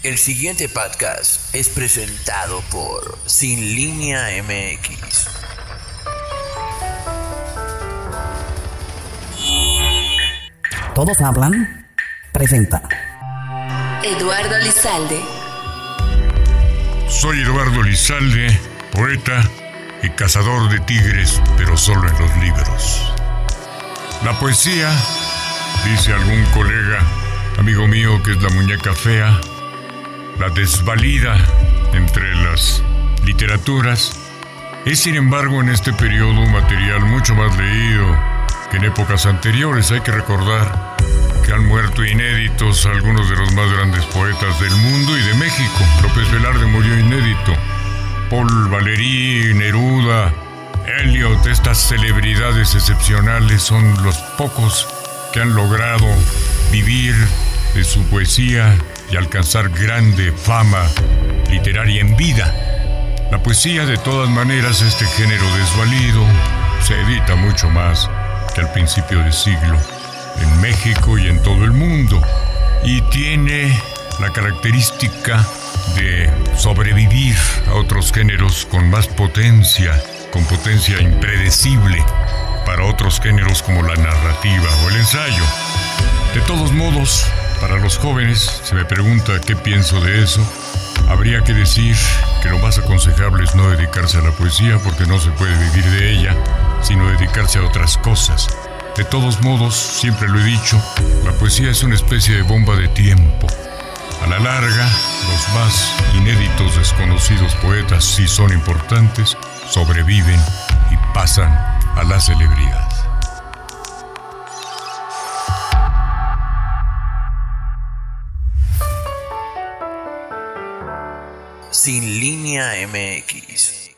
El siguiente podcast es presentado por Sin Línea MX. Todos hablan. Presenta Eduardo Lizalde. Soy Eduardo Lizalde, poeta y cazador de tigres, pero solo en los libros. La poesía, dice algún colega, amigo mío, que es la muñeca fea, la desvalida entre las literaturas, es sin embargo en este periodo un material mucho más leído que en épocas anteriores. Hay que recordar que han muerto inéditos algunos de los más grandes poetas del mundo y de México. López Velarde murió inédito. Paul Valéry, Neruda, Eliot, estas celebridades excepcionales son los pocos que han logrado vivir de su poesía y alcanzar grande fama literaria en vida. La poesía, de todas maneras, este género desvalido, se edita mucho más que al principio de siglo en México y en todo el mundo, y tiene la característica de sobrevivir a otros géneros con más potencia, con potencia impredecible para otros géneros como la narrativa o el ensayo. De todos modos, para los jóvenes, se me pregunta qué pienso de eso. Habría que decir que lo más aconsejable es no dedicarse a la poesía, porque no se puede vivir de ella, sino dedicarse a otras cosas. De todos modos, siempre lo he dicho, la poesía es una especie de bomba de tiempo. A la larga, los más inéditos, desconocidos poetas, si son importantes, sobreviven y pasan a la celebridad. Sin Línea MX.